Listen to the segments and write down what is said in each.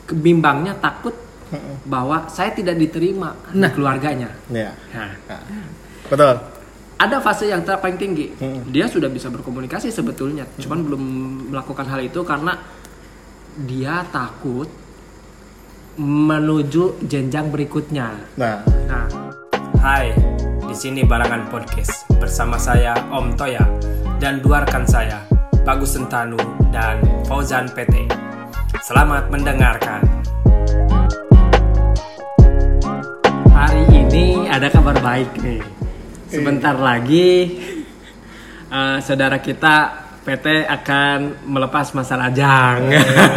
bimbangnya takut bahwa saya tidak diterima di keluarganya. Iya. Nah, Betul. ada fase yang paling tinggi. Dia sudah bisa berkomunikasi sebetulnya, cuman belum melakukan hal itu karena dia takut menuju jenjang berikutnya. Nah. Hai, di sini Barangan Podcast bersama saya Om Toya dan dua rekan saya Bagus Sentanu dan Fauzan PT. Selamat mendengarkan. Hari ini ada kabar baik nih. Sebentar lagi saudara kita PT akan melepas masa lajang.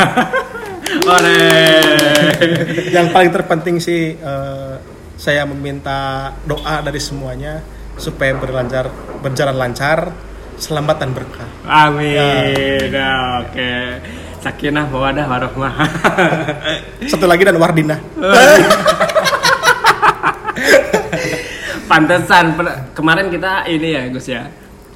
Yang paling terpenting sih saya meminta doa dari semuanya supaya berjalan lancar, selamat dan berkah. Amin. Ya. Oke. Sakinah mawadah warahmah. Satu lagi dan Wardina. Pantesan kemarin kita ini ya Gus ya.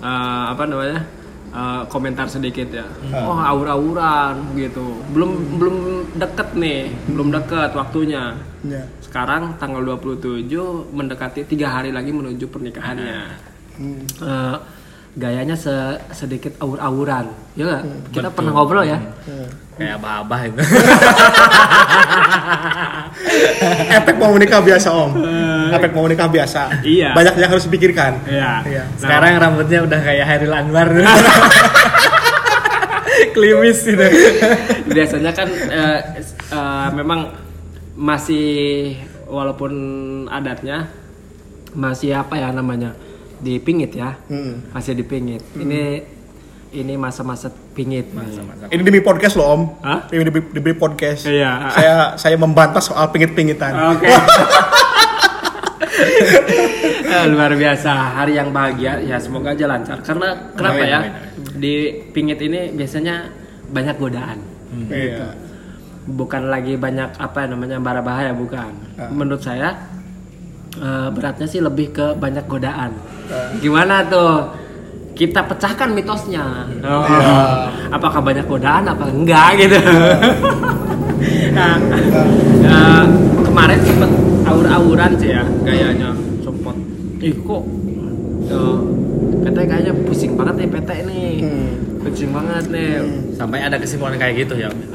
Komentar sedikit ya. Oh, aur-auran gitu. Belum deket nih, belum deket waktunya. Ya. Sekarang tanggal 27 mendekati 3 hari lagi menuju pernikahannya. Gayanya sedikit aur-auran. Ya enggak? Kita pernah ngobrol ya. Kayak abah-abah itu. Efek mau menikah biasa Om. Efek mau menikah biasa. Iya. Banyak yang harus dipikirkan. Iya. Sekarang rambutnya udah kayak Hairil Anwar. Klimis gitu. Biasanya kan memang masih walaupun adatnya masih apa ya namanya dipingit ya, masih dipingit. Ini masa-masa pingit. Ini demi podcast loh Om. Hah? Ini demi podcast. Iya. Saya membantah soal pingit-pingitan. Oke. Luar biasa, hari yang bahagia ya, semoga aja lancar. Karena kenapa ya? Di pingit ini biasanya banyak godaan. Gitu. Bukan lagi banyak bara bahaya, bukan. Menurut saya beratnya sih lebih ke banyak godaan. Gimana tuh? Kita pecahkan mitosnya. Apakah banyak godaan apa enggak gitu. Kemarin sempet aur-auran sih ya gayanya, sempet kok PT kayaknya pusing banget nih PT nih. Pusing banget nih. Sampai ada kesimpulan kayak gitu ya.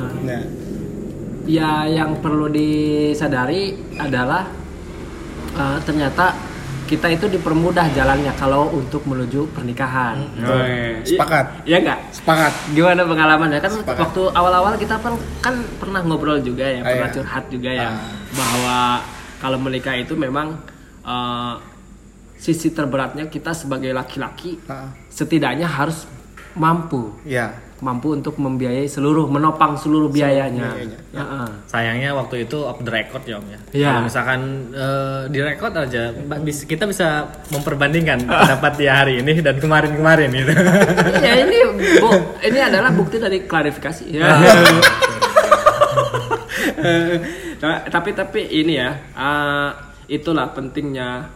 Ya yang perlu disadari adalah ternyata kita itu dipermudah jalannya kalau untuk menuju pernikahan. Sepakat. Iya enggak? Sepakat. Gimana pengalamannya? Kan Sepakat. waktu awal-awal kita kan pernah ngobrol juga ya, pernah curhat juga ya, bahwa kalau menikah itu memang sisi terberatnya kita sebagai laki-laki setidaknya harus mampu untuk membiayai menopang seluruh biayanya. Sayangnya waktu itu off the record ya Om ya. Iya. Kalau misalkan di record aja kita bisa memperbandingkan pendapat dia hari ini dan kemarin gitu. Ya ini adalah bukti dari klarifikasi. Ya. Tapi ini ya, itulah pentingnya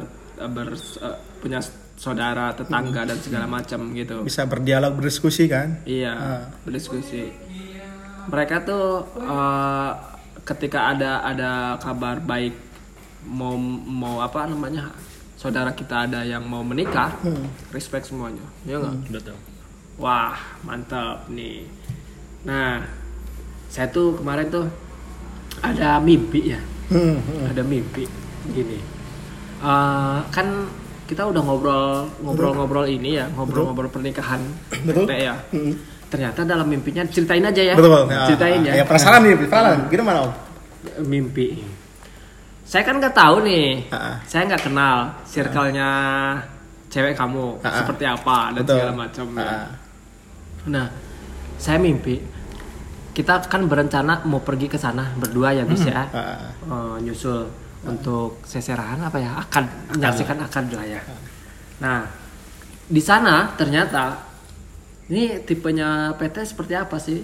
punya saudara, tetangga dan segala macam gitu. Bisa berdialog, berdiskusi kan? Iya, berdiskusi. Mereka tuh ketika ada kabar baik mau saudara kita ada yang mau menikah, respect semuanya. Ya enggak? Betul. Wah, mantap nih. Nah, saya tuh kemarin tuh ada mimpi ya. Ada mimpi gini. Kan kita udah ngobrol ini ya, ngobrol pernikahan. Betul. Ya. Ternyata dalam mimpinya ceritain aja ya. Betul. Ceritain ya. Ya penasaran nih, gimana Om? Mimpi. Saya kan nggak tahu nih. Saya nggak kenal circle-nya cewek kamu seperti apa dan segala macam. Nah, saya mimpi kita kan berencana mau pergi ke sana berdua ya bis ya. Nyusul untuk seserahan akad, menyaksikan akad lah ya. Nah, di sana ternyata ini tipenya PT seperti apa sih?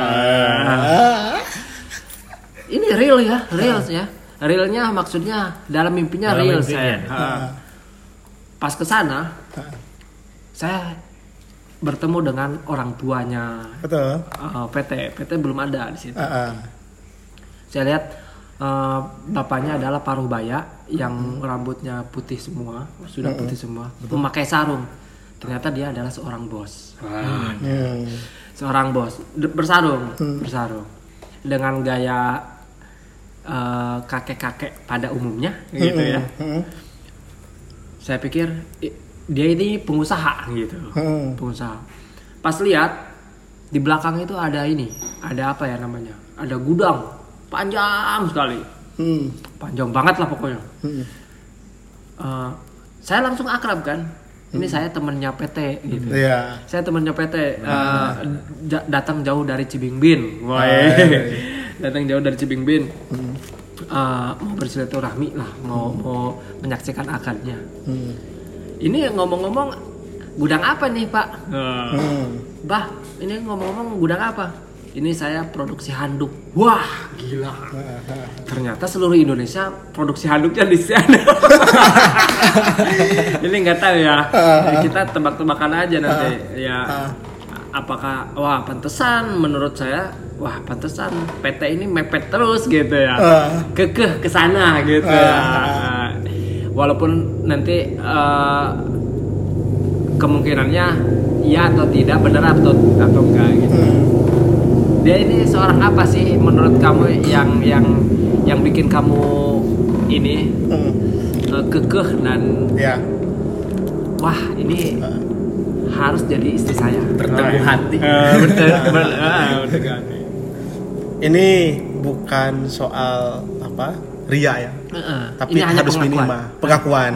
Ini real ya. Realnya maksudnya dalam mimpinya real saya. Pas ke sana, saya bertemu dengan orang tuanya. Betul. PT belum ada di situ. Saya lihat bapaknya adalah paruh baya yang rambutnya putih semua, sudah putih semua, memakai sarung. Ternyata dia adalah seorang bos. Seorang bos bersarung dengan gaya kakek-kakek pada umumnya gitu ya. Saya pikir dia ini pengusaha gitu, pengusaha. Pas lihat di belakang itu ada apa ya namanya? Ada gudang panjang sekali, panjang banget lah pokoknya. Saya langsung akrab kan. Ini saya temennya PT gitu. Yeah. Saya temennya PT datang jauh dari Cibingbin. Datang jauh dari Cibingbin. Mau bersilaturahmi lah, mau menyaksikan akadnya. Ini ngomong-ngomong gudang apa nih Pak? Bah, ini ngomong-ngomong gudang apa? Ini saya produksi handuk. Wah, gila. Ternyata seluruh Indonesia produksi handuknya di sana. Ini nggak tahu ya. Kita tebak-tebakan aja nanti. Ya, apakah pantesan menurut saya, pantesan PT ini mepet terus gitu ya. Kekeh ke sana gitu ya. Walaupun nanti kemungkinannya iya atau tidak, benar atau enggak gitu. Dia ini seorang apa sih menurut kamu yang bikin kamu ini kekeh dan wah ini harus jadi istri saya, berteguh hati. Ini bukan soal ria ya, tapi harus pengakuan.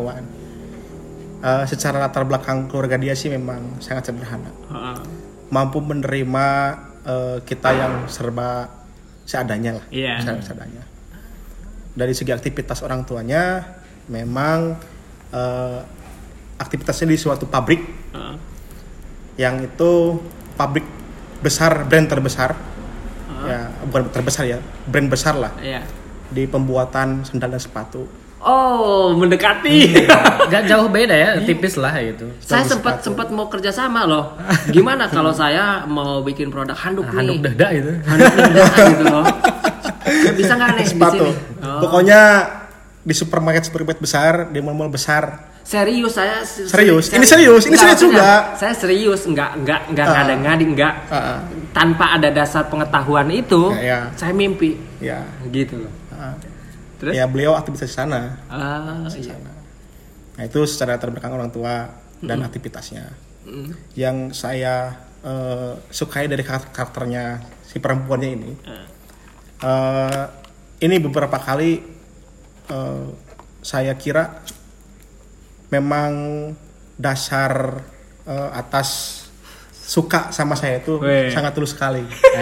Secara latar belakang keluarga dia sih memang sangat sederhana, mampu menerima kita yang serba seadanya lah, seadanya. Dari segi aktivitas orang tuanya, memang aktivitasnya di suatu pabrik, yang itu pabrik besar, brand terbesar, ya bukan terbesar ya, brand besar lah, di pembuatan sandal dan sepatu. Oh, mendekati. Gak jauh beda ya, tipis lah gitu. Saya sempat mau kerja sama loh. Gimana kalau saya mau bikin produk handuk nih? Handuk dada itu. Handuk dada gitu loh. Bisa nggak nih sepatu? Di sini? Pokoknya di supermarket besar, di mall-mall besar. Serius saya. Serius. Ini serius juga. Saya serius, nggak ngada-ngadi, nggak. Tanpa ada dasar pengetahuan itu, saya mimpi. Ya. Gitu loh. Terus? Ya beliau aktivitas di sana. Iya. Nah itu secara latar belakang orang tua dan aktivitasnya. Yang saya sukai dari karakternya si perempuannya ini. Ini beberapa kali saya kira memang dasar atas suka sama saya itu sangat tulus sekali.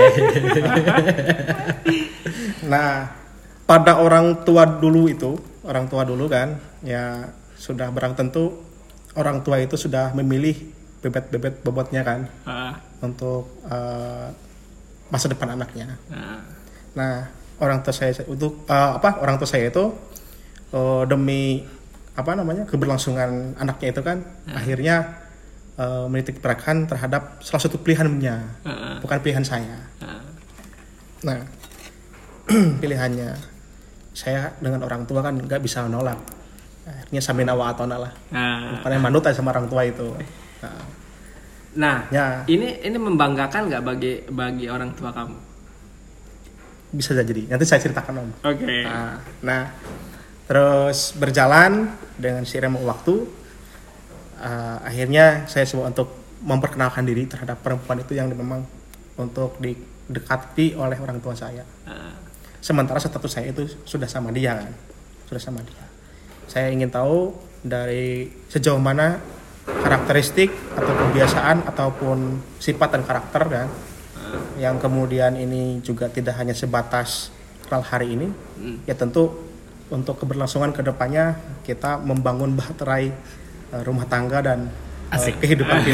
Nah, pada orang tua dulu kan, ya sudah barang tentu orang tua itu sudah memilih bebet bobotnya kan, untuk masa depan anaknya. Nah, orang tua saya itu demi keberlangsungan anaknya itu kan, akhirnya menitik beratkan terhadap salah satu pilihannya, bukan pilihan saya. Nah, pilihannya saya dengan orang tua kan nggak bisa menolak, akhirnya samina wa atona lah, bukan manut aja sama orang tua itu. Nah ya. Ini membanggakan nggak bagi orang tua kamu? Bisa jadi, nanti saya ceritakan Om. Oke. Nah terus berjalan dengan seiring waktu, akhirnya saya coba untuk memperkenalkan diri terhadap perempuan itu yang memang untuk didekati oleh orang tua saya. Sementara status saya itu sudah sama dia kan, Saya ingin tahu dari sejauh mana karakteristik atau kebiasaan ataupun sifat dan karakter kan, yang kemudian ini juga tidak hanya sebatas kenal hari ini, ya tentu untuk keberlangsungan kedepannya kita membangun bahtera rumah tangga dan kehidupan.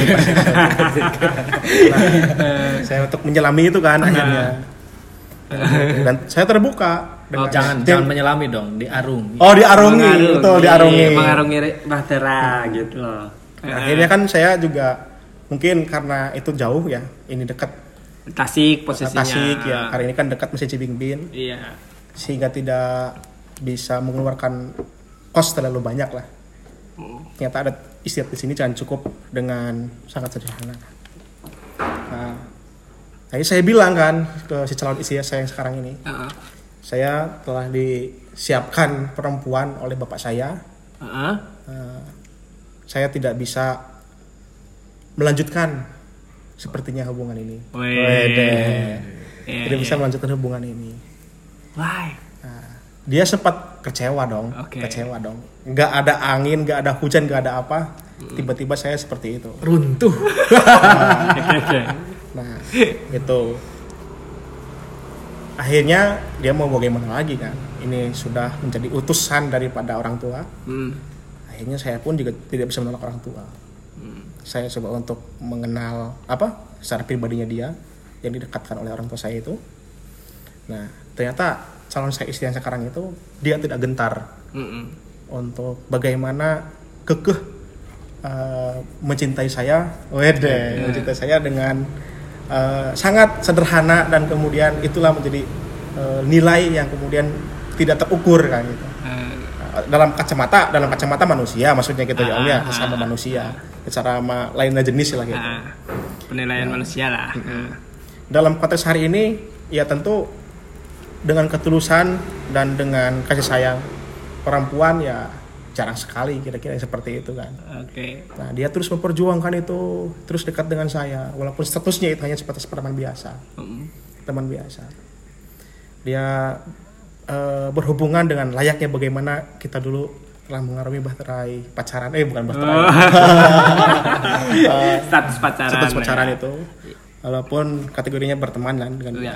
Saya untuk menyelami itu kan akhirnya. Dan saya terbuka. Jangan menyelami dong, diarungi. Oh, diarungi. Betul, diarungi. Mengarungi bahtera gitu loh. Akhirnya kan saya juga mungkin karena itu jauh ya, ini dekat. Tasik posisinya. Tasik ya. Hari ini kan dekat Masjid Cibingbin. Iya. Sehingga tidak bisa mengeluarkan kos terlalu banyak lah. Ternyata ada istirahat di sini jangan cukup dengan sangat sederhana. Nah, tadi saya bilang kan ke si calon istri saya yang sekarang ini, saya telah disiapkan perempuan oleh bapak saya. Saya tidak bisa melanjutkan sepertinya hubungan ini. Tidak bisa melanjutkan hubungan ini. Why? Dia sempat kecewa dong. Nggak ada angin, nggak ada hujan, nggak ada apa. Tiba-tiba saya seperti itu. Runtuh. Nah, itu. Akhirnya dia mau bagaimana lagi kan? Ini sudah menjadi utusan daripada orang tua. Akhirnya saya pun juga tidak bisa menolak orang tua. Saya coba untuk mengenal secara pribadinya dia yang didekatkan oleh orang tua saya itu. Nah, ternyata calon saya istri yang sekarang itu dia tidak gentar untuk bagaimana kekeh mencintai saya, mencintai saya dengan sangat sederhana, dan kemudian itulah menjadi nilai yang kemudian tidak terukur kan gitu. Dalam kacamata manusia maksudnya gitu ya Om ya, sama manusia secara lainnya jenis lah gitu. Penilaian manusia lah. Dalam konteks hari ini ya tentu dengan ketulusan dan dengan kasih sayang perempuan ya jarang sekali kira-kira seperti itu kan. Nah, dia terus memperjuangkan itu, terus dekat dengan saya walaupun statusnya itu hanya sebatas teman biasa. Teman biasa. Dia berhubungan dengan layaknya bagaimana kita dulu telah mengarungi bahterai pacaran, bukan bahterai. Status pacaran itu. Walaupun kategorinya berteman kan dengan dia.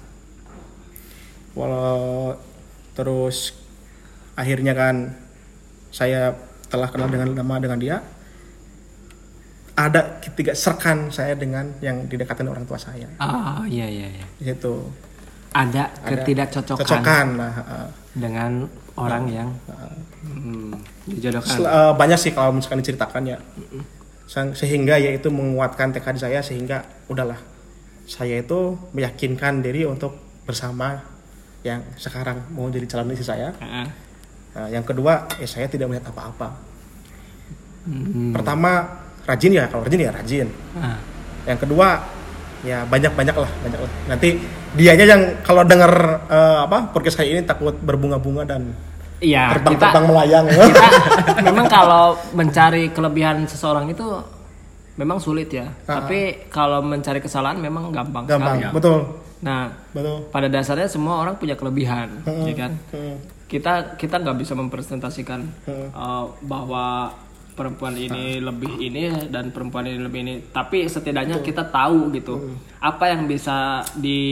Walau terus akhirnya kan saya telah kenal dengan dia, ada ketiga serkan saya dengan yang didekatkan orang tua saya. Iya. Itu ada ketidakcocokan dengan orang yang dijodohkan. Banyak sih kalau misalkan diceritakan ya. Sehingga ya itu menguatkan tekad saya, sehingga udahlah saya itu meyakinkan diri untuk bersama yang sekarang mau jadi calon istri saya. Yang kedua, saya tidak melihat apa-apa. Pertama, rajin ya. Kalau rajin ya rajin. Yang kedua, ya banyak lah. Nanti dianya yang kalau dengar podcast saya ini takut berbunga-bunga dan terbang melayang. Kita memang kalau mencari kelebihan seseorang itu memang sulit ya. Tapi kalau mencari kesalahan memang gampang sekali. Betul. Nah, pada dasarnya semua orang punya kelebihan, ya kan? Kita nggak bisa mempresentasikan bahwa perempuan ini lebih ini dan perempuan ini lebih ini. Tapi setidaknya kita tahu gitu apa yang bisa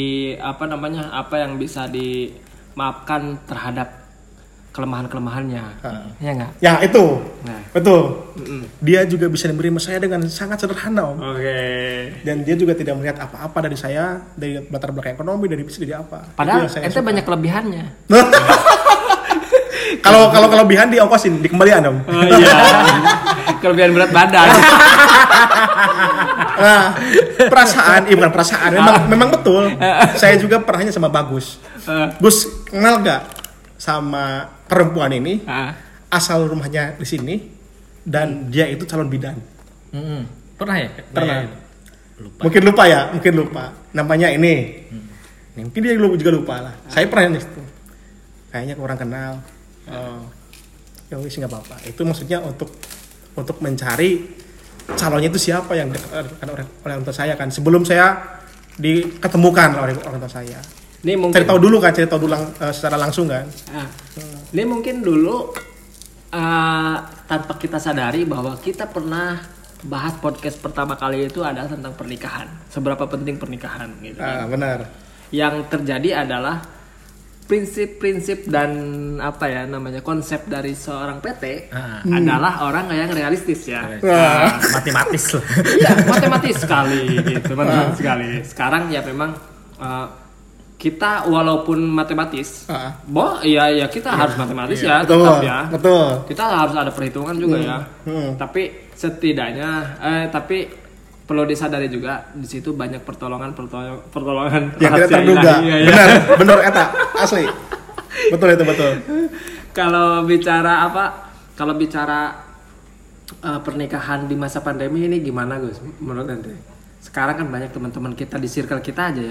dimaafkan terhadap kelemahan-kelemahannya, ya nggak? Ya itu, betul. Dia juga bisa memberi saya dengan sangat sederhana, Om. Dan dia juga tidak melihat apa-apa dari saya, dari latar belakang ekonomi, dari bisnis, dari apa. Padahal ente banyak kelebihannya. Kalau kelebihan diongkosin, dikembalian, Om. Kelebihan berat badan. Nah, bukan perasaan, memang betul. Saya juga pernahnya sama Bagus. Gus, kenal gak sama perempuan ini? Asal rumahnya di sini dan dia itu calon bidan. Pernah ya? Pernah. Mungkin lupa. Namanya ini. Mungkin dia juga lupa lah. Saya pernah di situ. Kayaknya kurang kenal. Ya wis enggak apa-apa. Itu maksudnya untuk mencari calonnya itu siapa yang dikatakan oleh orang tua saya kan. Sebelum saya diketemukan oleh orang tua saya. Ini mungkin cari tahu dulu secara langsung kan. Ini mungkin dulu tanpa kita sadari bahwa kita pernah bahas podcast pertama kali itu adalah tentang pernikahan. Seberapa penting pernikahan gitu kan. Benar. Yang terjadi adalah prinsip-prinsip dan konsep dari seorang PT adalah orang yang realistis ya. Matematis lah. Iya, matematis sekali gitu, matematis sekali. Sekarang ya memang kita walaupun matematis, kita harus matematis ya, tetap ya. Betul. Kita harus ada perhitungan juga ya. Tapi setidaknya, perlu disadari juga di situ banyak pertolongan yang tidak terduga. Benar eta asli. Betul itu betul. Kalau bicara pernikahan di masa pandemi ini gimana Gus menurut ente? Sekarang kan banyak teman-teman kita di circle kita aja ya.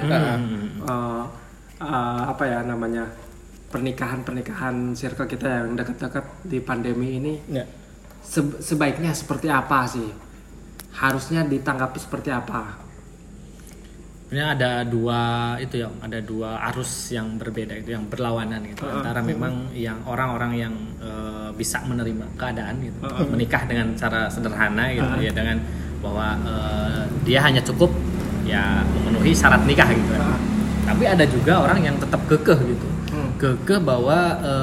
Pernikahan circle kita yang dekat-dekat di pandemi ini. Sebaiknya seperti apa sih? Harusnya ditanggapi seperti apa? Sebenarnya ada dua arus yang berbeda itu, yang berlawanan gitu. Antara memang yang orang-orang yang bisa menerima keadaan gitu, menikah dengan cara sederhana gitu ya, dengan bahwa dia hanya cukup ya memenuhi syarat nikah gitu kan. Tapi ada juga orang yang tetap kekeh gitu. Kekeh bahwa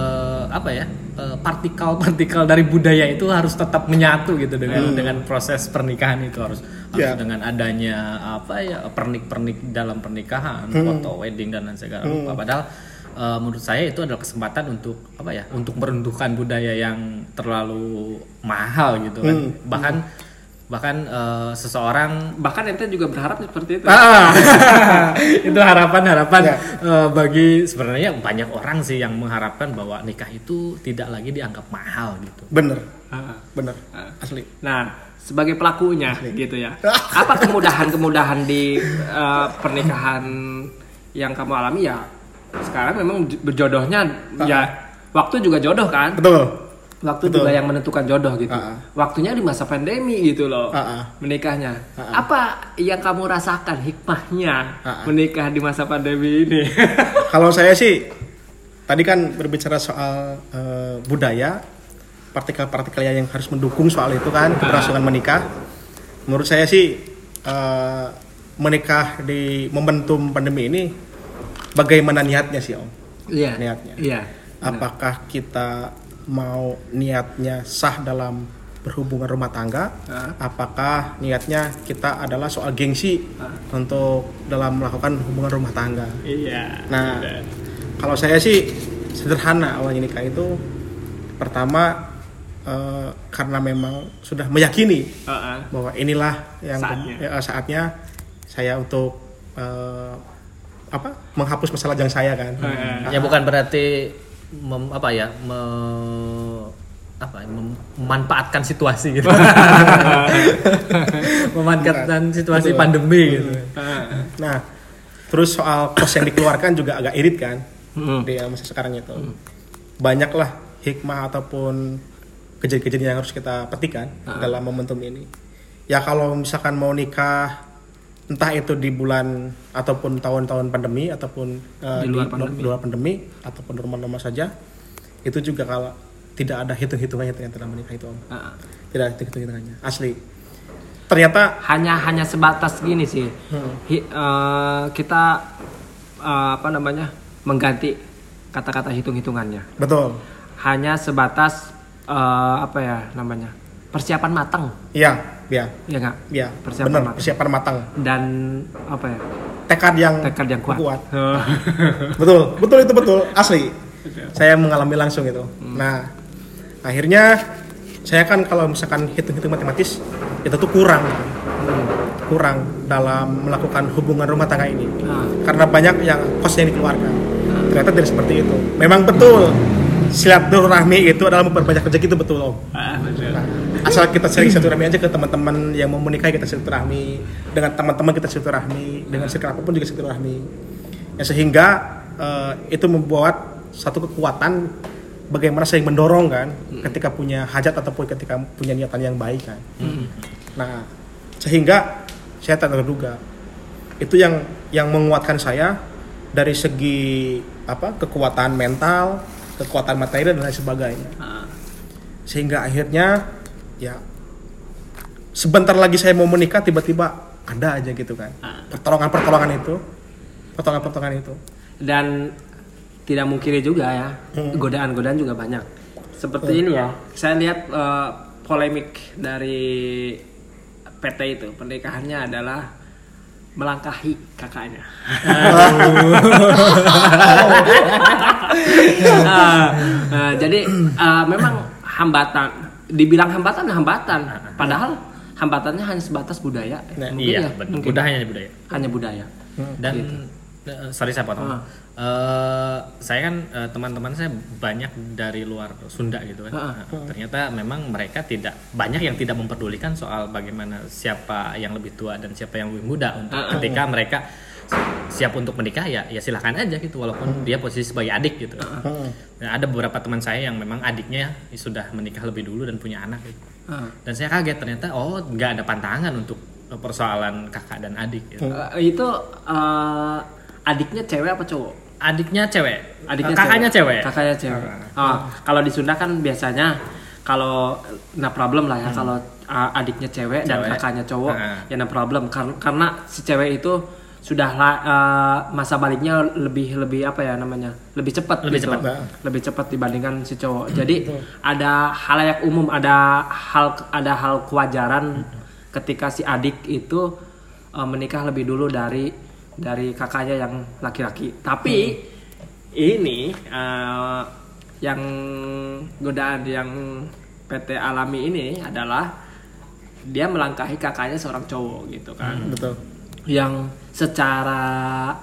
partikel dari budaya itu harus tetap menyatu gitu dengan proses pernikahan itu harus dengan adanya pernik-pernik dalam pernikahan, foto wedding dan segala rupa. Padahal menurut saya itu adalah kesempatan untuk untuk meruntuhkan budaya yang terlalu mahal gitu kan. Bahkan seseorang, bahkan ente juga berharap seperti itu. Itu harapan bagi sebenarnya banyak orang sih yang mengharapkan bahwa nikah itu tidak lagi dianggap mahal gitu. Bener asli. Nah, sebagai pelakunya gitu ya, apa kemudahan di pernikahan yang kamu alami ya? Sekarang memang berjodohnya ya waktu juga jodoh kan? Betul. Waktu juga yang menentukan jodoh gitu. Waktunya di masa pandemi gitu loh. Menikahnya. Apa yang kamu rasakan hikmahnya menikah di masa pandemi ini? Kalau saya sih tadi kan berbicara soal budaya, partikel-partikel yang harus mendukung soal itu kan, keberlangsungan menikah. Menurut saya sih menikah di momentum pandemi ini bagaimana niatnya sih Om? Iya. Niatnya. Iya. Apakah kita mau niatnya sah dalam berhubungan rumah tangga, apakah niatnya kita adalah soal gengsi untuk dalam melakukan hubungan rumah tangga. Nah, kalau saya sih sederhana awalnya nikah itu pertama karena memang sudah meyakini bahwa inilah yang saatnya saya untuk menghapus masa lajang saya kan. Ya bukan berarti memanfaatkan situasi gitu. Memanfaatkan situasi pandemi gitu. Nah, terus soal kos yang dikeluarkan juga agak irit kan di masa sekarang itu. Banyaklah hikmah ataupun kejadian-kejadian yang harus kita petikan dalam momentum ini. Ya kalau misalkan mau nikah entah itu di bulan ataupun tahun-tahun pandemi ataupun di luar pandemi ataupun normal-normal saja, itu juga kalau tidak ada hitung-hitungannya ternyata dalam menikah itu Om. Tidak ada hitung-hitungannya asli. Ternyata hanya sebatas gini sih. Kita mengganti kata-kata hitung-hitungannya. Betul. Hanya sebatas persiapan matang. Iya nggak? Iya. Persiapan matang. Dan tekad yang kuat. betul itu asli. Saya mengalami langsung itu. Nah, akhirnya saya kan kalau misalkan hitung-hitung matematis itu tuh kurang dalam melakukan hubungan rumah tangga ini. Karena banyak yang kos yang dikeluarkan. Ternyata tidak seperti itu. Memang betul. Silaturahmi itu adalah memperbanyak rezeki, itu betul Om. Nah, asal kita sering silaturahmi aja ke teman-teman yang mau menikah, kita silaturahmi dengan teman-teman, kita silaturahmi dengan circle apapun juga silaturahmi. Ya, sehingga itu membuat satu kekuatan bagaimana saling mendorong kan ketika punya hajat ataupun ketika punya niatan yang baik kan. Nah, sehingga saya tak terduga itu yang menguatkan saya dari segi kekuatan mental, kekuatan materi dan lain sebagainya. Sehingga akhirnya ya sebentar lagi saya mau menikah tiba-tiba ada aja gitu kan. Pertolongan itu. Dan tidak mungkiri juga ya, godaan-godaan juga banyak. Seperti ini ya. Saya lihat polemik dari PT itu, pernikahannya adalah melangkahi kakaknya. Jadi memang hambatan, dibilang hambatan. Padahal hambatannya hanya sebatas budaya. Iya, hanya budaya. Hanya budaya. Dan gitu. Sorry saya potong. Saya kan teman-teman saya banyak dari luar Sunda gitu kan. Ternyata memang mereka banyak yang tidak memperdulikan soal bagaimana siapa yang lebih tua dan siapa yang lebih muda untuk ketika mereka siap untuk menikah ya silahkan aja gitu walaupun dia posisi sebagai adik gitu. Dan ada beberapa teman saya yang memang adiknya sudah menikah lebih dulu dan punya anak gitu. Dan saya kaget ternyata nggak ada pantangan untuk persoalan kakak dan adik gitu. Itu adiknya cewek apa cowok? Adiknya cewek. Kakaknya cewek. Kakaknya cewek. Kalau di Sunda kan biasanya kalau no problem lah ya kalau adiknya cewek dan kakaknya cowok ya no problem karena si cewek itu sudah masa baliknya lebih apa ya namanya lebih cepat lebih cepat dibandingkan si cowok. Jadi ada halayak umum, ada hal kewajaran ketika si adik itu menikah lebih dulu dari kakaknya yang laki-laki. Tapi ini yang godaan yang PT alami ini adalah dia melangkahi kakaknya seorang cowok gitu kan. Betul. Yang secara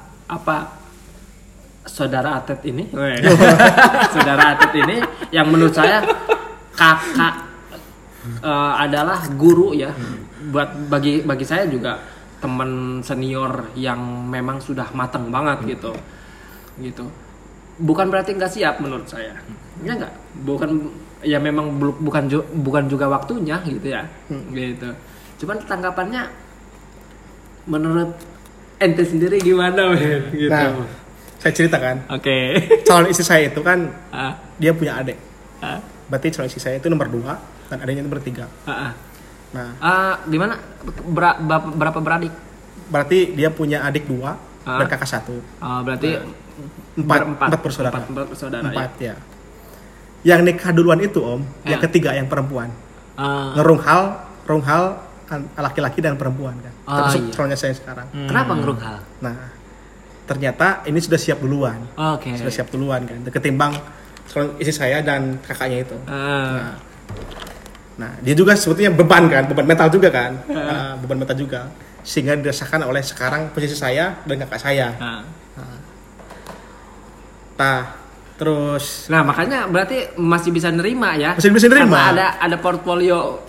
saudara atlet ini saudara atlet ini yang menurut saya kakak adalah guru ya buat bagi saya juga teman senior yang memang sudah matang banget gitu bukan berarti nggak siap menurut saya ya nggak ya memang bukan juga waktunya gitu ya gitu cuman tanggapannya menurut ente sendiri gimana gitu. Nah, saya ceritakan. Oke. Calon istri saya itu kan dia punya adik. Berarti calon istri saya itu nomor 2 dan adiknya nomor 3. Nah, gimana? Berapa beradik? Berarti dia punya adik 2 dan kakak 1. Berarti 4 bersaudara. 4 bersaudara. 4 ya. Yang nikah duluan itu yang ketiga yang perempuan. Ngerung hal laki-laki dan perempuan kan. Termasuk calonnya saya sekarang. Kenapa ngerung hal? Nah, ternyata ini sudah siap duluan. Sudah siap duluan kan. Ketimbang calon istri saya dan kakaknya itu. Nah, dia juga sebetulnya beban mental juga kan. Beban mental juga. Sehingga dirasakan oleh sekarang posisi saya dan kakak saya. Terus makanya berarti masih bisa nerima ya. Masih bisa nerima. Karena ada portfolio.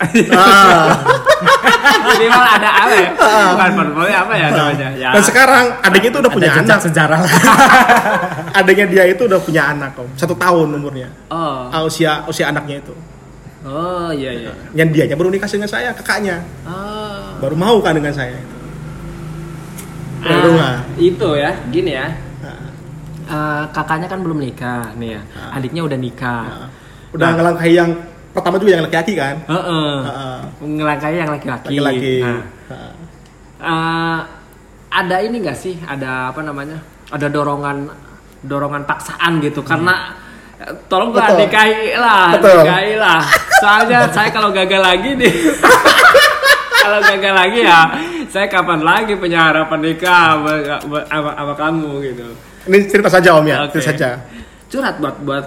Minimal ada apa ya? Bukan portfolio apa ya namanya? Ya. Dan sekarang adiknya itu udah punya anak. Sejarah lah. Adiknya dia itu udah punya anak 1 tahun umurnya. Usia anaknya itu. Iya. Yang dianya baru nikah dengan saya, kakaknya. Baru mau kan dengan saya itu. Itu ya, gini ya. Kakaknya kan belum nikah nih ya. Adiknya udah nikah. Udah ngelangkahi yang pertama juga yang laki-laki kan? Ngelangkahi yang laki-laki. Ada ini nggak sih? Ada apa namanya? Ada dorongan paksaan gitu karena tolong gak nikahi lah. Soalnya saya kalau gagal lagi nih. Kalau gagal lagi ya, saya kapan lagi punya harapan nikah sama kamu gitu. Ini cerita saja Om ya, cerita saja. Curhat buat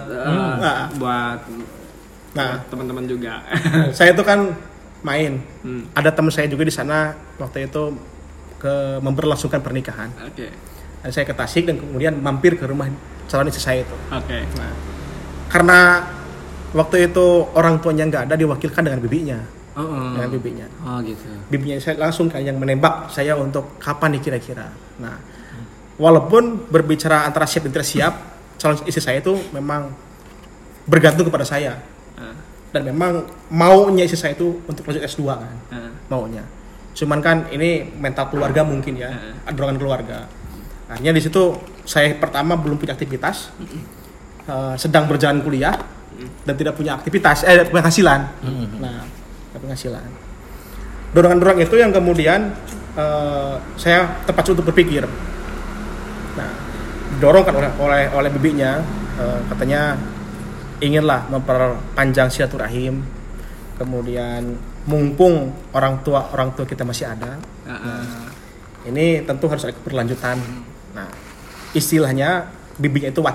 teman-teman juga. Saya itu kan main. Ada teman saya juga di sana waktu itu memberlangsungkan pernikahan. Dan saya ke Tasik dan kemudian mampir ke rumah calon istri saya itu. Nah, karena waktu itu orang tuanya nggak ada, diwakilkan dengan bibinya. Dengan bibinya. Gitu. Bibinya saya langsung kan yang menembak saya untuk kapan nih kira-kira. Nah, walaupun berbicara antara siap dan tidak siap, calon istri saya itu memang bergantung kepada saya. Dan memang maunya istri saya itu untuk lanjut S2 kan. Maunya. Cuman kan ini mental keluarga mungkin ya, dorongan keluarga. Akhirnya di situ saya pertama belum punya aktivitas, sedang berjalan kuliah dan tidak punya aktivitas, penghasilan. Nah, penghasilan. Dorongan itu yang kemudian saya terpacu untuk berpikir. Nah, didorongkan oleh bibinya, katanya inginlah memperpanjang silaturahim, kemudian mumpung orang tua kita masih ada. Nah, ini tentu harus ada keberlanjutan. Nah, istilahnya bibinya itu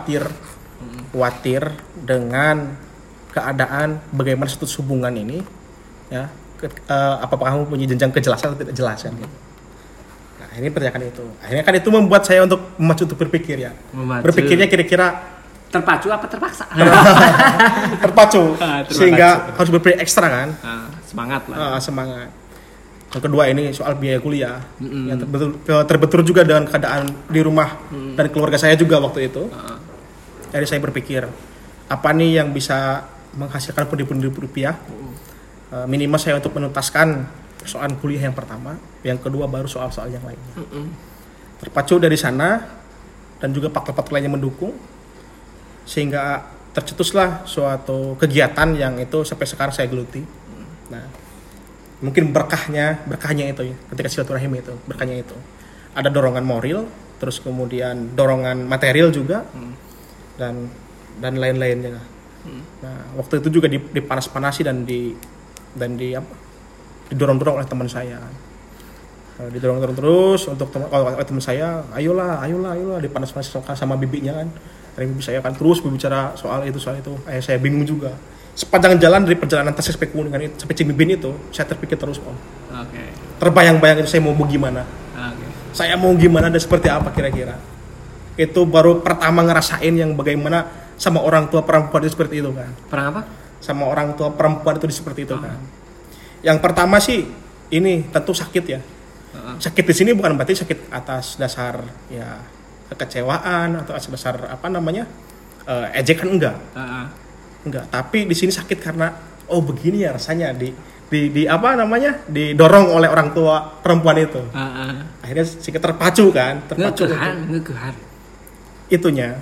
khawatir dengan keadaan bagaimana status hubungan ini, ya, apakah kamu punya jenjang kejelasan atau tidak jelas kan gitu. Nah ini pertanyakan itu. Akhirnya kan itu membuat saya untuk memacu untuk berpikir ya. Berpikirnya kira-kira terpacu apa terpaksa? terpacu. Sehingga harus berpikir ekstra kan. Semangat lah. Semangat. Yang kedua ini soal biaya kuliah yang terbentur juga dengan keadaan di rumah dan keluarga saya juga waktu itu. Jadi saya berpikir apa nih yang bisa menghasilkan pundi-pundi rupiah. Minimal saya untuk menuntaskan persoalan kuliah yang pertama, yang kedua baru soal-soal yang lainnya. Terpacu dari sana dan juga faktor-faktor lainnya mendukung sehingga tercetuslah suatu kegiatan yang itu sampai sekarang saya geluti. Nah, mungkin berkahnya itu ya, ketika silaturahim itu, berkahnya itu. Ada dorongan moral, terus kemudian dorongan material juga. Dan lain-lainnya. Nah, waktu itu juga dipanas-panasi dan didorong-dorong oleh teman saya. Didorong-dorong terus untuk teman saya, ayolah dipanas-panasi sama bibinya kan. Dari bibi saya kan terus berbicara soal itu. Saya bingung juga. Sepanjang jalan dari perjalanan tas sampai Kuningan itu, sampai Cibibin itu, saya terpikir terus Om. Terbayang-bayang itu saya mau gimana. Saya mau gimana dan seperti apa kira-kira. Itu baru pertama ngerasain yang bagaimana sama orang tua perempuan itu seperti itu kan. Perang apa? Sama orang tua perempuan itu seperti itu kan. Yang pertama sih ini tentu sakit ya. Sakit di sini bukan berarti sakit atas dasar ya kekecewaan atau atas dasar ejekan enggak. Enggak, tapi di sini sakit karena begini ya rasanya didorong oleh orang tua perempuan itu. Akhirnya sedikit terpacu kan, ngekehan. Itunya.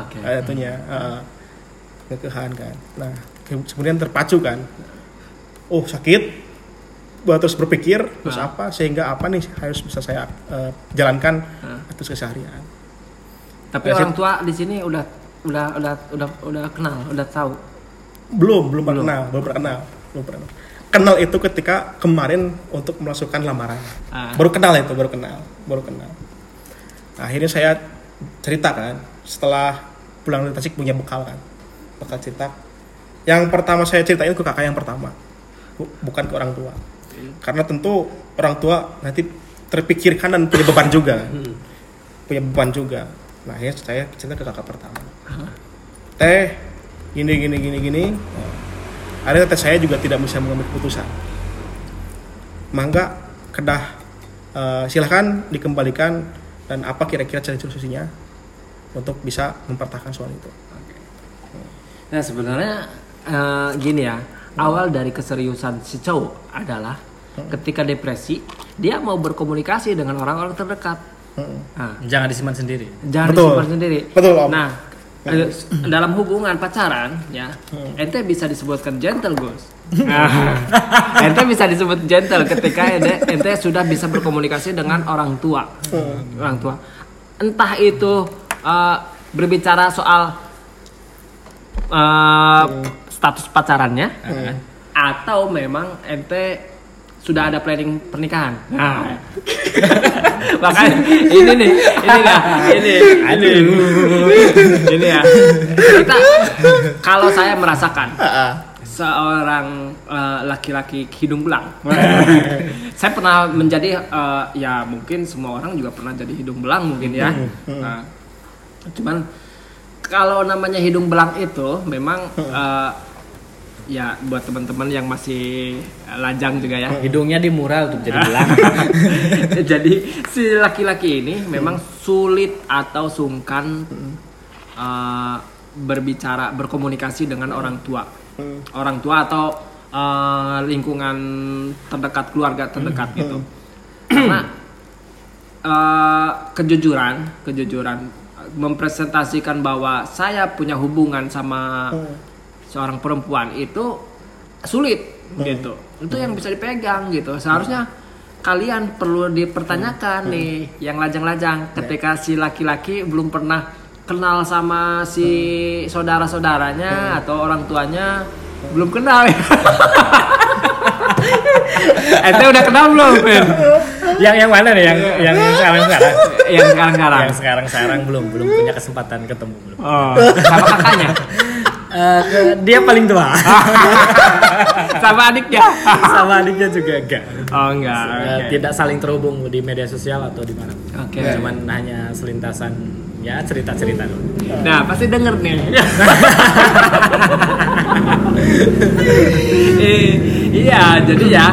Ngekehan kan. Nah, kemudian terpacu kan. Sakit. Terus berpikir terus apa sehingga apa nih harus bisa saya jalankan terus keseharian. Tapi orang tua di sini udah kenal, udah tahu. Belum pernah kenal. Kenal itu ketika kemarin untuk memasukkan lamaran. Baru kenal. Nah, akhirnya saya cerita kan setelah pulang dari Tasik punya bekal cerita. Yang pertama saya ceritain ke kakak yang pertama, bukan ke orang tua. Karena tentu orang tua nanti terpikirkan dan punya beban juga. Nah, akhirnya saya cerita ke kakak pertama. Teh, gini. Akhirnya teh saya juga tidak bisa mengambil keputusan. Mangga kedah silahkan dikembalikan dan apa kira-kira cara solusinya untuk bisa mempertahankan soal itu. Nah sebenarnya gini ya, awal dari keseriusan si cowok adalah ketika depresi dia mau berkomunikasi dengan orang-orang terdekat. Jangan disimpan sendiri. Betul Om. Nah dalam hubungan pacaran ya, ente bisa disebutkan gentle Gus. Ente bisa disebut gentle ketika ente sudah bisa berkomunikasi dengan orang tua. Entah itu berbicara soal status pacarannya atau memang ente sudah ada planning pernikahan. Nah, makanya ini ya. Kita kalau saya merasakan seorang laki-laki hidung belang, saya pernah menjadi ya mungkin semua orang juga pernah jadi hidung belang mungkin ya. Cuman kalau namanya hidung belang itu memang ya buat teman-teman yang masih lajang juga ya, hidungnya dimural untuk jadi belang. Jadi si laki-laki ini memang sulit atau sungkan berkomunikasi dengan orang tua atau lingkungan terdekat, keluarga terdekat gitu. Karena kejujuran mempresentasikan bahwa saya punya hubungan sama seorang perempuan itu sulit gitu. Itu yang bisa dipegang gitu. Seharusnya kalian perlu dipertanyakan nih yang lajang-lajang ketika si laki-laki belum pernah kenal sama si saudara-saudaranya atau orang tuanya, belum kenal. Ente udah kenal belum, Ben? Yang mana nih? Yang sekarang-sekarang? Yang sekarang-sekarang. Yang sekarang-sekarang belum punya kesempatan ketemu belum. Oh, sama kakaknya. Dia paling tua. Sama adiknya? Sama adiknya juga enggak. Oh enggak. Okay. Tidak saling terhubung di media sosial atau di mana. Oke. Cuman hanya selintasan ya cerita-cerita dulu. Nah pasti denger nih. Iya jadi ya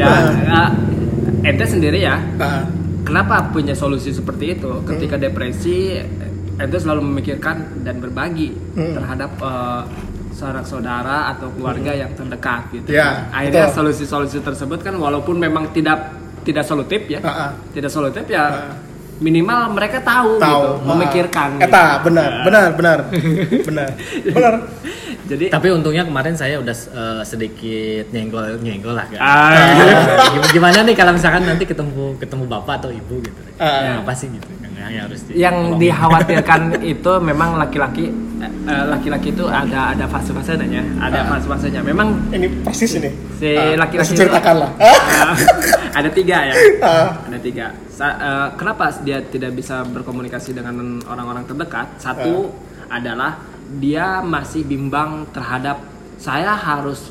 ente sendiri ya. Kenapa punya solusi seperti itu? Ketika depresi, ente selalu memikirkan dan berbagi terhadap saudara atau keluarga yang terdekat gitu. Ya, akhirnya solusi-solusi tersebut kan walaupun memang tidak solutif ya, tidak solutif ya. Minimal mereka tahu gitu, memikirkan. Eta gitu. benar. Jadi tapi untungnya kemarin saya udah sedikit nyenggol lah kan. Gimana nih kalau misalkan nanti ketemu bapak atau ibu gitu. Apa sih gitu yang harus yang dikhawatirkan itu memang laki-laki itu ada fase-fasenya, fase-fasenya. Memang ini persis ini. Si laki-laki ceritakanlah. Ada 3 ya. Ada 3. Kenapa dia tidak bisa berkomunikasi dengan orang-orang terdekat? Satu adalah dia masih bimbang terhadap saya harus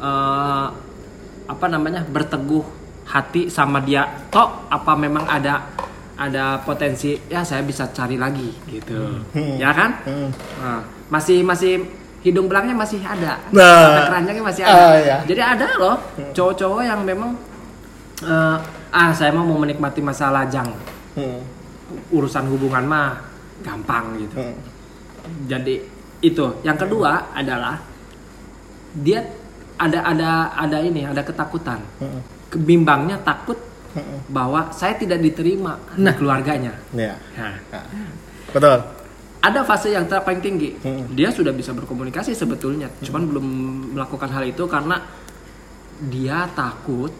berteguh hati sama dia. Toh apa memang ada potensi ya saya bisa cari lagi gitu. Ya kan? Nah, masih hidung belakangnya masih ada. Keranjangnya masih ada. Ya. Jadi ada loh cowok-cowok yang memang saya mau menikmati masa lajang. Urusan hubungan mah gampang gitu. Jadi itu. Yang kedua adalah dia ada ketakutan. Kebimbangnya takut bahwa saya tidak diterima di keluarganya. Nah. Betul. Ada fase yang paling tinggi. Dia sudah bisa berkomunikasi sebetulnya, cuman belum melakukan hal itu karena dia takut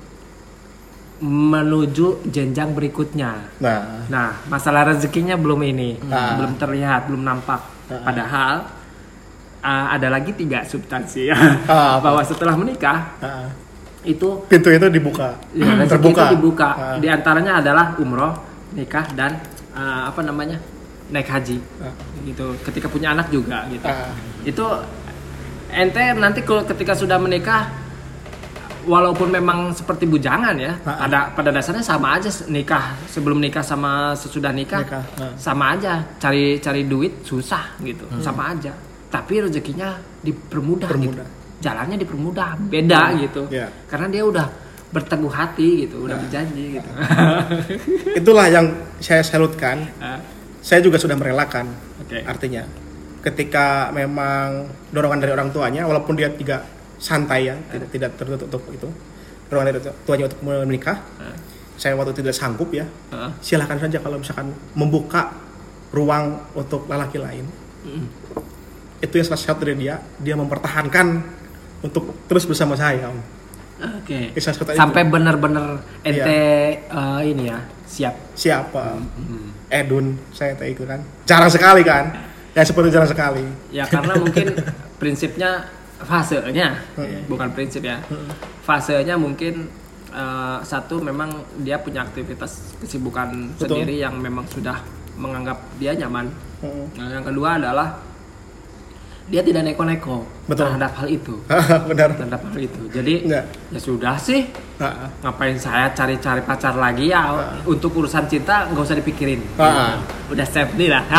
menuju jenjang berikutnya. Nah, masalah rezekinya belum belum terlihat, belum nampak. Padahal ada lagi 3 substansi bahwa setelah menikah itu pintu itu dibuka, terbuka. Di antaranya adalah umroh, nikah dan naik haji. Gitu. Ketika punya anak juga gitu. Itu ente nanti ketika sudah menikah, walaupun memang seperti bujangan ya, pada dasarnya sama aja nikah sebelum nikah sama sesudah nikah. Sama aja, cari duit susah gitu, sama aja. Tapi rezekinya dipermudah. Gitu. Jalannya dipermudah, beda gitu. Karena dia udah berteguh hati gitu, udah berjanji gitu. Itulah yang saya salutkan. Saya juga sudah merelakan. Artinya, ketika memang dorongan dari orang tuanya, walaupun dia tidak santai ya, tidak tertutup itu, dorongan dari tuanya untuk menikah, saya waktu tidak sanggup ya, silahkan saja kalau misalkan membuka ruang untuk lelaki lain. Itu yang salah satu dari dia mempertahankan untuk terus bersama saya. Sampai benar-benar ente ini ya siap. Edun saya itu kan jarang sekali kan, ya seperti jarang sekali. Ya karena mungkin prinsipnya fasenya, bukan prinsip ya. Fasenya mungkin satu memang dia punya aktivitas kesibukan sendiri yang memang sudah menganggap dia nyaman. Nah, yang kedua adalah dia tidak neko-neko terhadap hal itu. Terhadap hal itu. Jadi ya sudah sih. Ngapain saya cari-cari pacar lagi ya? Untuk urusan cinta nggak usah dipikirin. Udah safety lah.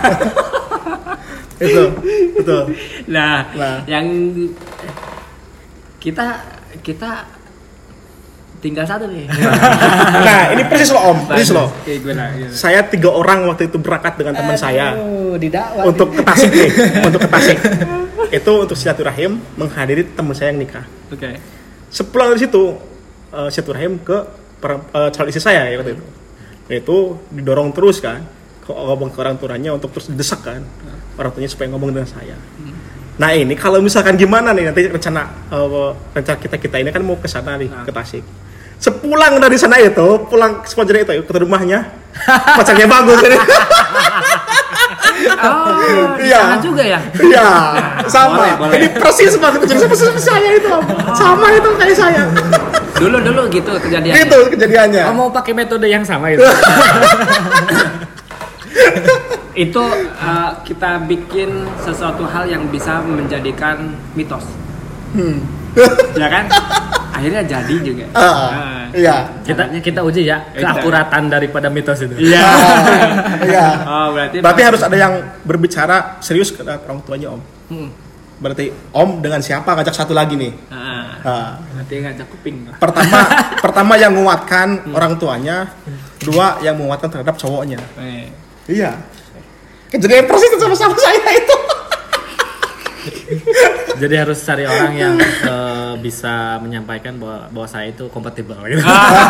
Itu betul. Nah, yang kita tinggal satu nih. Nah, ini persis loh Om, persis loh. Saya 3 orang waktu itu berangkat dengan teman saya untuk ke Tasik nih, untuk ke Tasik. Itu untuk silaturahim menghadiri teman saya yang nikah. Sepulang dari situ, silaturahim ke calon istri saya ya waktu itu. Itu didorong terus kan, ngomong ke orang tuanya untuk terus didesak kan, orang tuanya supaya ngomong dengan saya. Nah ini kalau misalkan gimana nih nanti rencana kita ini kan mau ke sana nih ke Tasik. Sepulang dari sana itu, pulang sponsor itu ke rumahnya, pacarnya bagus ini. Iya juga ya. Iya, sama. Boleh. Ini persis banget jadi sama saya itu. Sama itu kayak saya. Dulu gitu kejadiannya. Gitu kejadiannya. Mau pakai metode yang sama itu. itu kita bikin sesuatu hal yang bisa menjadikan mitos. Ya kan? Akhirnya jadi juga. Iya. Kita uji ya keakuratan daripada mitos itu. Iya. Iya. Oh, berarti harus ada yang berbicara serius ke orang tuanya, Om. Berarti Om dengan siapa ngajak satu lagi nih? Nanti ngajak kuping. Pertama yang menguatkan orang tuanya, dua yang menguatkan terhadap cowoknya. Iya. Kejadian persis sama saya itu. Jadi harus cari orang yang bisa menyampaikan bahwa saya itu kompatibel gitu.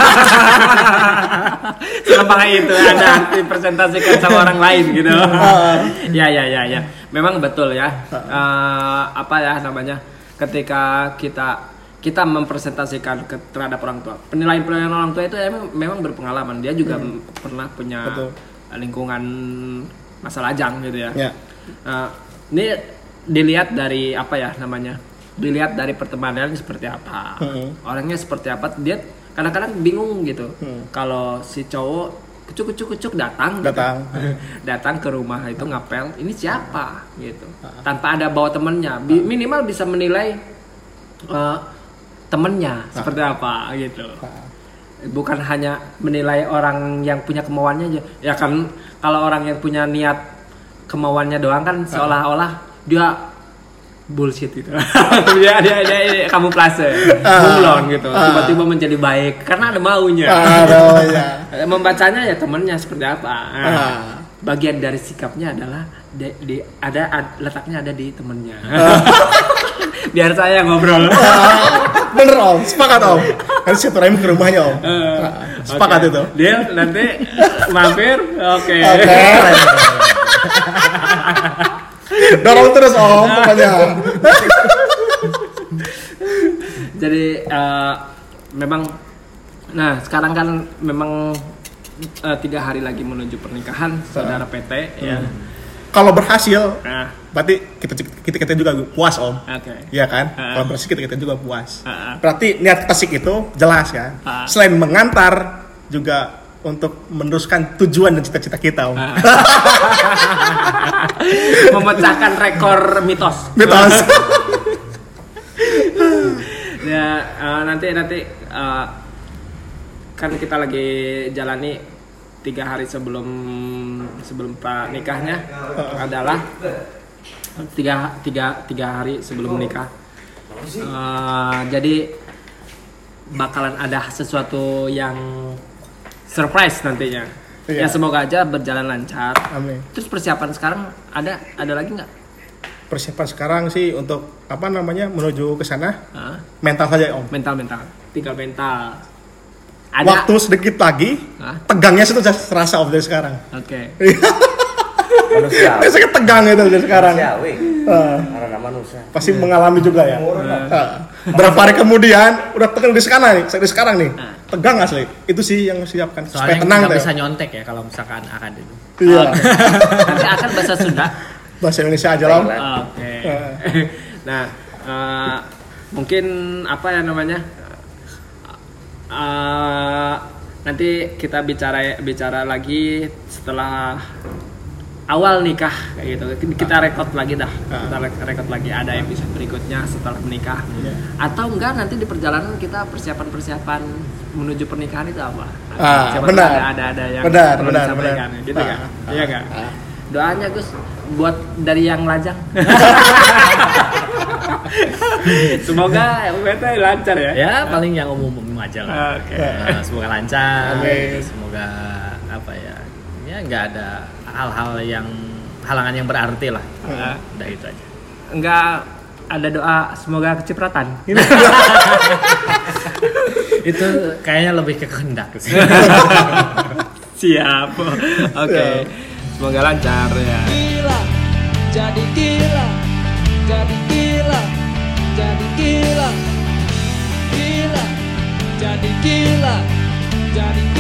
Selama itu ada dipresentasikan sama orang lain gitu. Ya. Memang betul ya. Apa ya namanya? Ketika kita mempresentasikan terhadap orang tua. Penilaian orang tua itu memang berpengalaman. Dia juga pernah punya lingkungan masa lajang gitu ya. Ini dilihat dari apa ya namanya? Dilihat dari pertemanannya seperti apa, orangnya seperti apa. Dia kadang-kadang bingung gitu. Kalau si cowok kucuk datang ke rumah itu ngapel, ini siapa gitu, tanpa ada bawa temennya, minimal bisa menilai temennya seperti apa gitu. Bukan hanya menilai orang yang punya kemauannya aja. Ya kan kalau orang yang punya niat kemauannya doang kan seolah-olah dia bullshit gitu. dia kamuflase, bunglon gitu. Tiba-tiba menjadi baik karena ada maunya. Membacanya ya temennya seperti apa. Bagian dari sikapnya adalah letaknya ada di temennya. Biar saya ngobrol. Bener Om, sepakat Om. Kan siapa ke rumahnya Om. Sepakat itu. Dia nanti mampir, oke. Dorong terus Om, pokoknya. Jadi memang, nah sekarang kan memang 3 hari lagi menuju pernikahan saudara PT ya. Kalau berhasil, berarti kita juga puas Om. Iya kan? Kalau berhasil kita juga puas. Berarti niat tasik itu jelas kan? Selain mengantar juga untuk meneruskan tujuan dan cita-cita kita Om. Memecahkan rekor mitos. Ya nanti kan kita lagi jalani 3 hari sebelum nikahnya adalah 3 hari sebelum nikah. Jadi bakalan ada sesuatu yang surprise nantinya. Ya semoga aja berjalan lancar. Amin. Terus persiapan sekarang ada lagi nggak? Persiapan sekarang sih untuk menuju ke sana mental saja Om. Mental, tinggal mental. Ada waktu sedikit lagi, tegangnya sudah terasa Om dari sekarang. Oke. Manusia. Saya tegang itu dari sekarang. Karena manusia. Pasti mengalami juga ya. Berapa hari kemudian udah tegang di sekarang nih. Tegang asli. Itu sih yang siapkan supaya tenang. Soalnya nggak bisa nyontek ya kalau misalkan akan itu. Iya. Nanti akan bahasa Sunda. Bahasa Indonesia aja Om. Oke. Nah, mungkin apa ya namanya? Nanti kita bicara lagi setelah awal nikah kayak gitu. Kita rekod lagi dah. Kita rekod lagi ada episode berikutnya setelah menikah. Atau enggak nanti di perjalanan kita persiapan menuju pernikahan itu apa? Benar. Ada yang perlu benar. disampaikan gitu kan. Iya enggak? Doanya Gus buat dari yang lajang. Semoga UPT lancar ya. Ya paling yang umum aja lah. Semoga lancar. Amin. Semoga apa ya? Ya nggak ada halangan yang berarti lah. Udah itu aja. Enggak ada doa semoga kecipratan. Itu kayaknya lebih ke kehendak sih. Siap. Oke. Semoga lancar ya. Gila, jadi gila, jadi gila, jadi gila, gila, jadi gila, jadi